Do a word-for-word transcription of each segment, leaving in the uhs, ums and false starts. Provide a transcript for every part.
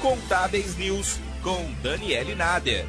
Contábeis News, com Daniele Nader.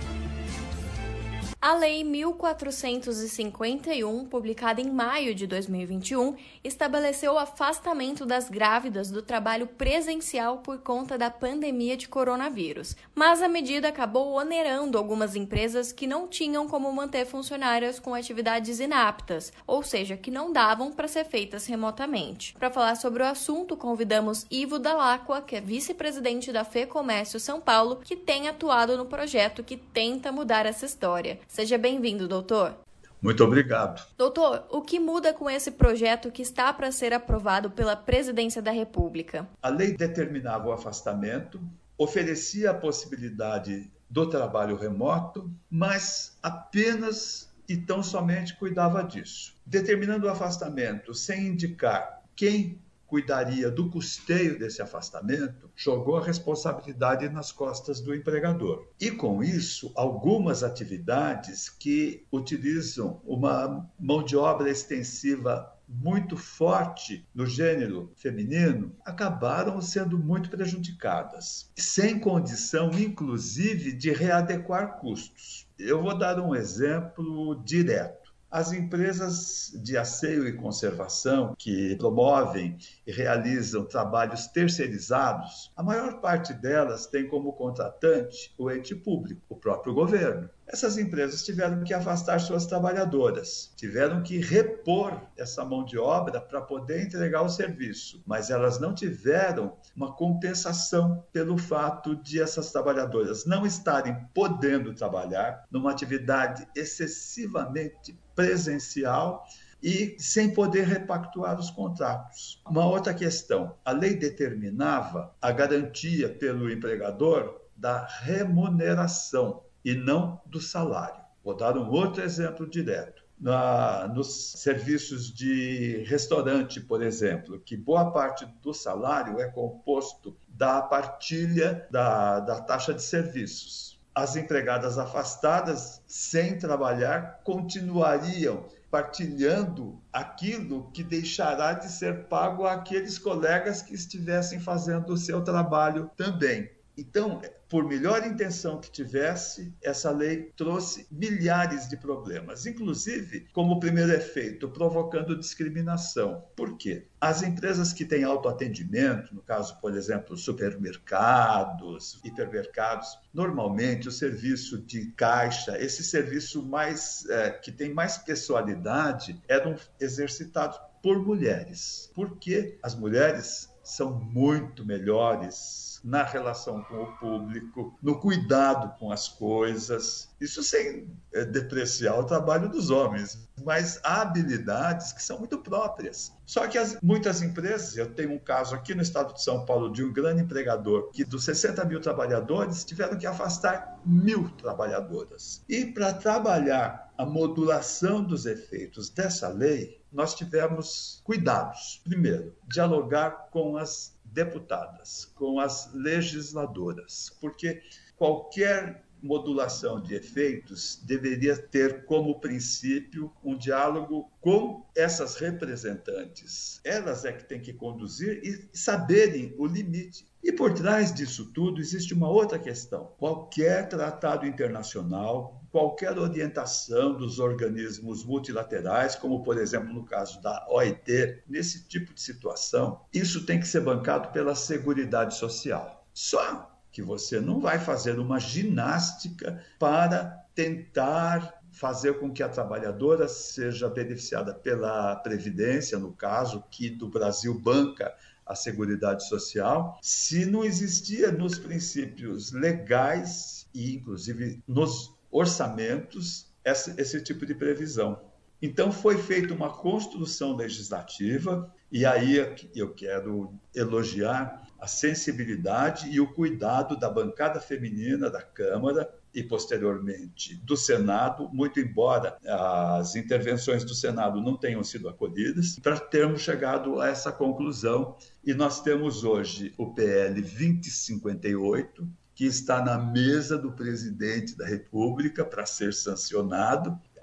A Lei mil quatrocentos e cinquenta e um, publicada em maio de dois mil e vinte e um, estabeleceu o afastamento das grávidas do trabalho presencial por conta da pandemia de coronavírus. Mas a medida acabou onerando algumas empresas que não tinham como manter funcionárias com atividades inaptas, ou seja, que não davam para ser feitas remotamente. Para falar sobre o assunto, convidamos Ivo Dall'Acqua, que é vice-presidente da FEComércio São Paulo, que tem atuado no projeto que tenta mudar essa história. Seja bem-vindo, doutor. Muito obrigado. Doutor, o que muda com esse projeto que está para ser aprovado pela Presidência da República? A lei determinava o afastamento, oferecia a possibilidade do trabalho remoto, mas apenas e tão somente cuidava disso. Determinando o afastamento sem indicar quem cuidaria do custeio desse afastamento, jogou a responsabilidade nas costas do empregador. E, com isso, algumas atividades que utilizam uma mão de obra extensiva muito forte no gênero feminino, acabaram sendo muito prejudicadas, sem condição, inclusive, de readequar custos. Eu vou dar um exemplo direto. As empresas de asseio e conservação que promovem e realizam trabalhos terceirizados, a maior parte delas tem como contratante o ente público, o próprio governo. Essas empresas tiveram que afastar suas trabalhadoras, tiveram que repor essa mão de obra para poder entregar o serviço, mas elas não tiveram uma compensação pelo fato de essas trabalhadoras não estarem podendo trabalhar numa atividade excessivamente presencial e sem poder repactuar os contratos. Uma outra questão, a lei determinava a garantia pelo empregador da remuneração e não do salário. Vou dar um outro exemplo direto. Na, nos serviços de restaurante, por exemplo, que boa parte do salário é composto da partilha da, da taxa de serviços. As empregadas afastadas, sem trabalhar, continuariam partilhando aquilo que deixará de ser pago àqueles colegas que estivessem fazendo o seu trabalho também. Então, por melhor intenção que tivesse, essa lei trouxe milhares de problemas, inclusive, como primeiro efeito, provocando discriminação. Por quê? As empresas que têm autoatendimento, no caso, por exemplo, supermercados, hipermercados, normalmente o serviço de caixa, esse serviço mais, é, que tem mais pessoalidade, eram exercitados por mulheres, porque as mulheres são muito melhores na relação com o público, no cuidado com as coisas. Isso sem depreciar o trabalho dos homens, mas há habilidades que são muito próprias. Só que as, muitas empresas, eu tenho um caso aqui no estado de São Paulo de um grande empregador que dos sessenta mil trabalhadores tiveram que afastar mil trabalhadoras. E para trabalhar a modulação dos efeitos dessa lei, nós tivemos cuidados. Primeiro, dialogar com as deputadas, com as legisladoras, porque qualquer modulação de efeitos deveria ter como princípio um diálogo com essas representantes. Elas é que têm que conduzir e saberem o limite. E por trás disso tudo existe uma outra questão. Qualquer tratado internacional, qualquer orientação dos organismos multilaterais, como por exemplo no caso da O I T, nesse tipo de situação, isso tem que ser bancado pela Seguridade Social. Só que você não vai fazer uma ginástica para tentar fazer com que a trabalhadora seja beneficiada pela Previdência, no caso, que do Brasil banca a Seguridade Social, se não existia nos princípios legais e, inclusive, nos orçamentos, esse, esse tipo de previsão. Então, foi feita uma construção legislativa, e aí eu quero elogiar a sensibilidade e o cuidado da bancada feminina da Câmara e, posteriormente, do Senado, muito embora as intervenções do Senado não tenham sido acolhidas, para termos chegado a essa conclusão. E nós temos hoje o P L vinte e cinquenta e oito, que está na mesa do presidente da República para ser sancionado.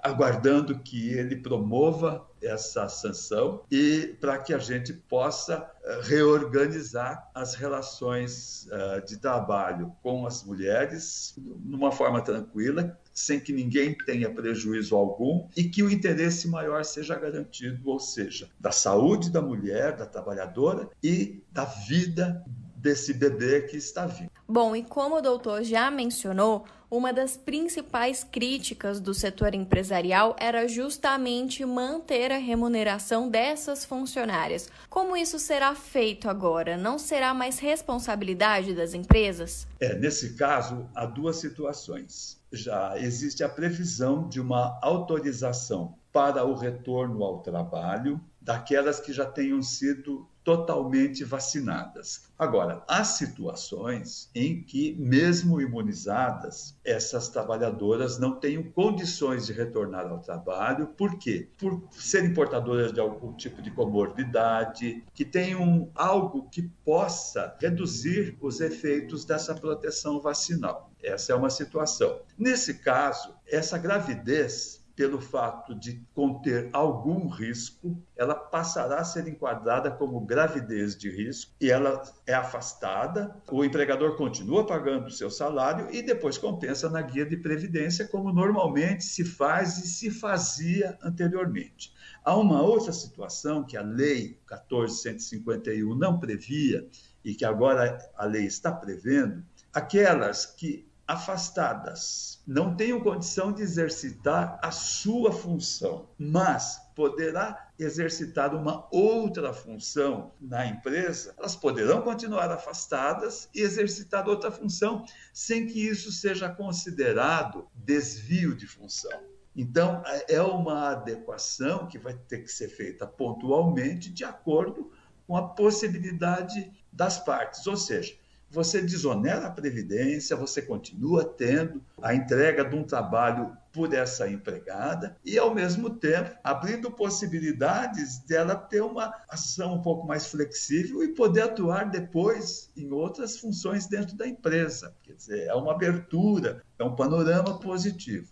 aguardando que ele promova essa sanção e para que a gente possa reorganizar as relações de trabalho com as mulheres numa forma tranquila, sem que ninguém tenha prejuízo algum e que o interesse maior seja garantido, ou seja, da saúde da mulher, da trabalhadora e da vida desse bebê que está vindo. Bom, e como o doutor já mencionou, uma das principais críticas do setor empresarial era justamente manter a remuneração dessas funcionárias. Como isso será feito agora? Não será mais responsabilidade das empresas? É, nesse caso, há duas situações. Já existe a previsão de uma autorização para o retorno ao trabalho daquelas que já tenham sido totalmente vacinadas. Agora, há situações em que, mesmo imunizadas, essas trabalhadoras não tenham condições de retornar ao trabalho. Por quê? Por serem portadoras de algum tipo de comorbidade, que tenham algo que possa reduzir os efeitos dessa proteção vacinal. Essa é uma situação. Nesse caso, essa gravidez, pelo fato de conter algum risco, ela passará a ser enquadrada como gravidez de risco e ela é afastada, o empregador continua pagando o seu salário e depois compensa na guia de previdência, como normalmente se faz e se fazia anteriormente. Há uma outra situação que a Lei quatorze mil cento e cinquenta e um não previa e que agora a lei está prevendo, aquelas que afastadas não tenham condição de exercitar a sua função, mas poderá exercitar uma outra função na empresa, elas poderão continuar afastadas e exercitar outra função sem que isso seja considerado desvio de função. Então, é uma adequação que vai ter que ser feita pontualmente de acordo com a possibilidade das partes, ou seja, você desonera a previdência, você continua tendo a entrega de um trabalho por essa empregada e, ao mesmo tempo, abrindo possibilidades dela ter uma ação um pouco mais flexível e poder atuar depois em outras funções dentro da empresa. Quer dizer, é uma abertura, é um panorama positivo.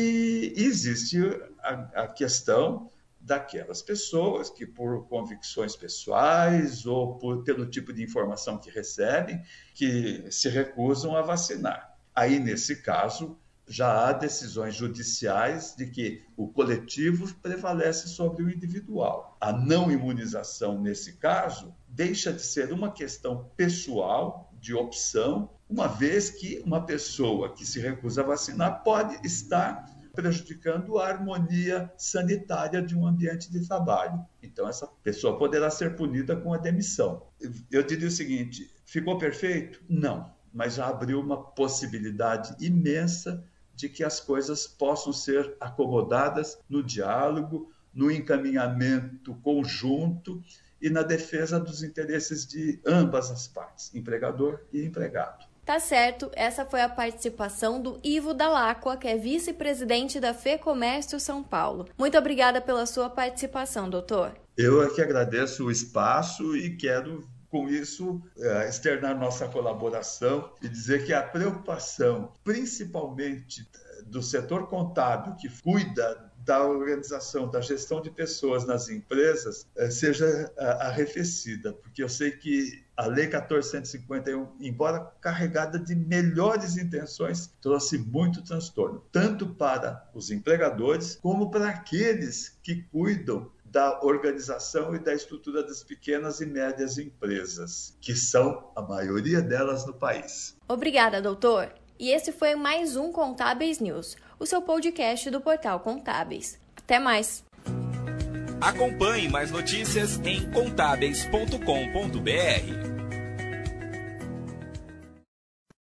E existe a, a questão daquelas pessoas que, por convicções pessoais ou por, pelo tipo de informação que recebem, que se recusam a vacinar. Aí, nesse caso, já há decisões judiciais de que o coletivo prevalece sobre o individual. A não imunização, nesse caso, deixa de ser uma questão pessoal, de opção, uma vez que uma pessoa que se recusa a vacinar pode estar prejudicando a harmonia sanitária de um ambiente de trabalho. Então, essa pessoa poderá ser punida com a demissão. Eu diria o seguinte, ficou perfeito? Não, mas já abriu uma possibilidade imensa de que as coisas possam ser acomodadas no diálogo, no encaminhamento conjunto e na defesa dos interesses de ambas as partes, empregador e empregado. Tá certo, essa foi a participação do Ivo Dall'Acqua, que é vice-presidente da FEComércio São Paulo. Muito obrigada pela sua participação, doutor. Eu é que agradeço o espaço e quero, com isso, externar nossa colaboração e dizer que a preocupação, principalmente do setor contábil, que cuida da organização, da gestão de pessoas nas empresas, seja arrefecida, porque eu sei que a Lei quatorze mil cento e cinquenta e um, embora carregada de melhores intenções, trouxe muito transtorno, tanto para os empregadores como para aqueles que cuidam da organização e da estrutura das pequenas e médias empresas, que são a maioria delas no país. Obrigada, doutor. E esse foi mais um Contábeis News, o seu podcast do Portal Contábeis. Até mais! Acompanhe mais notícias em contábeis ponto com ponto br.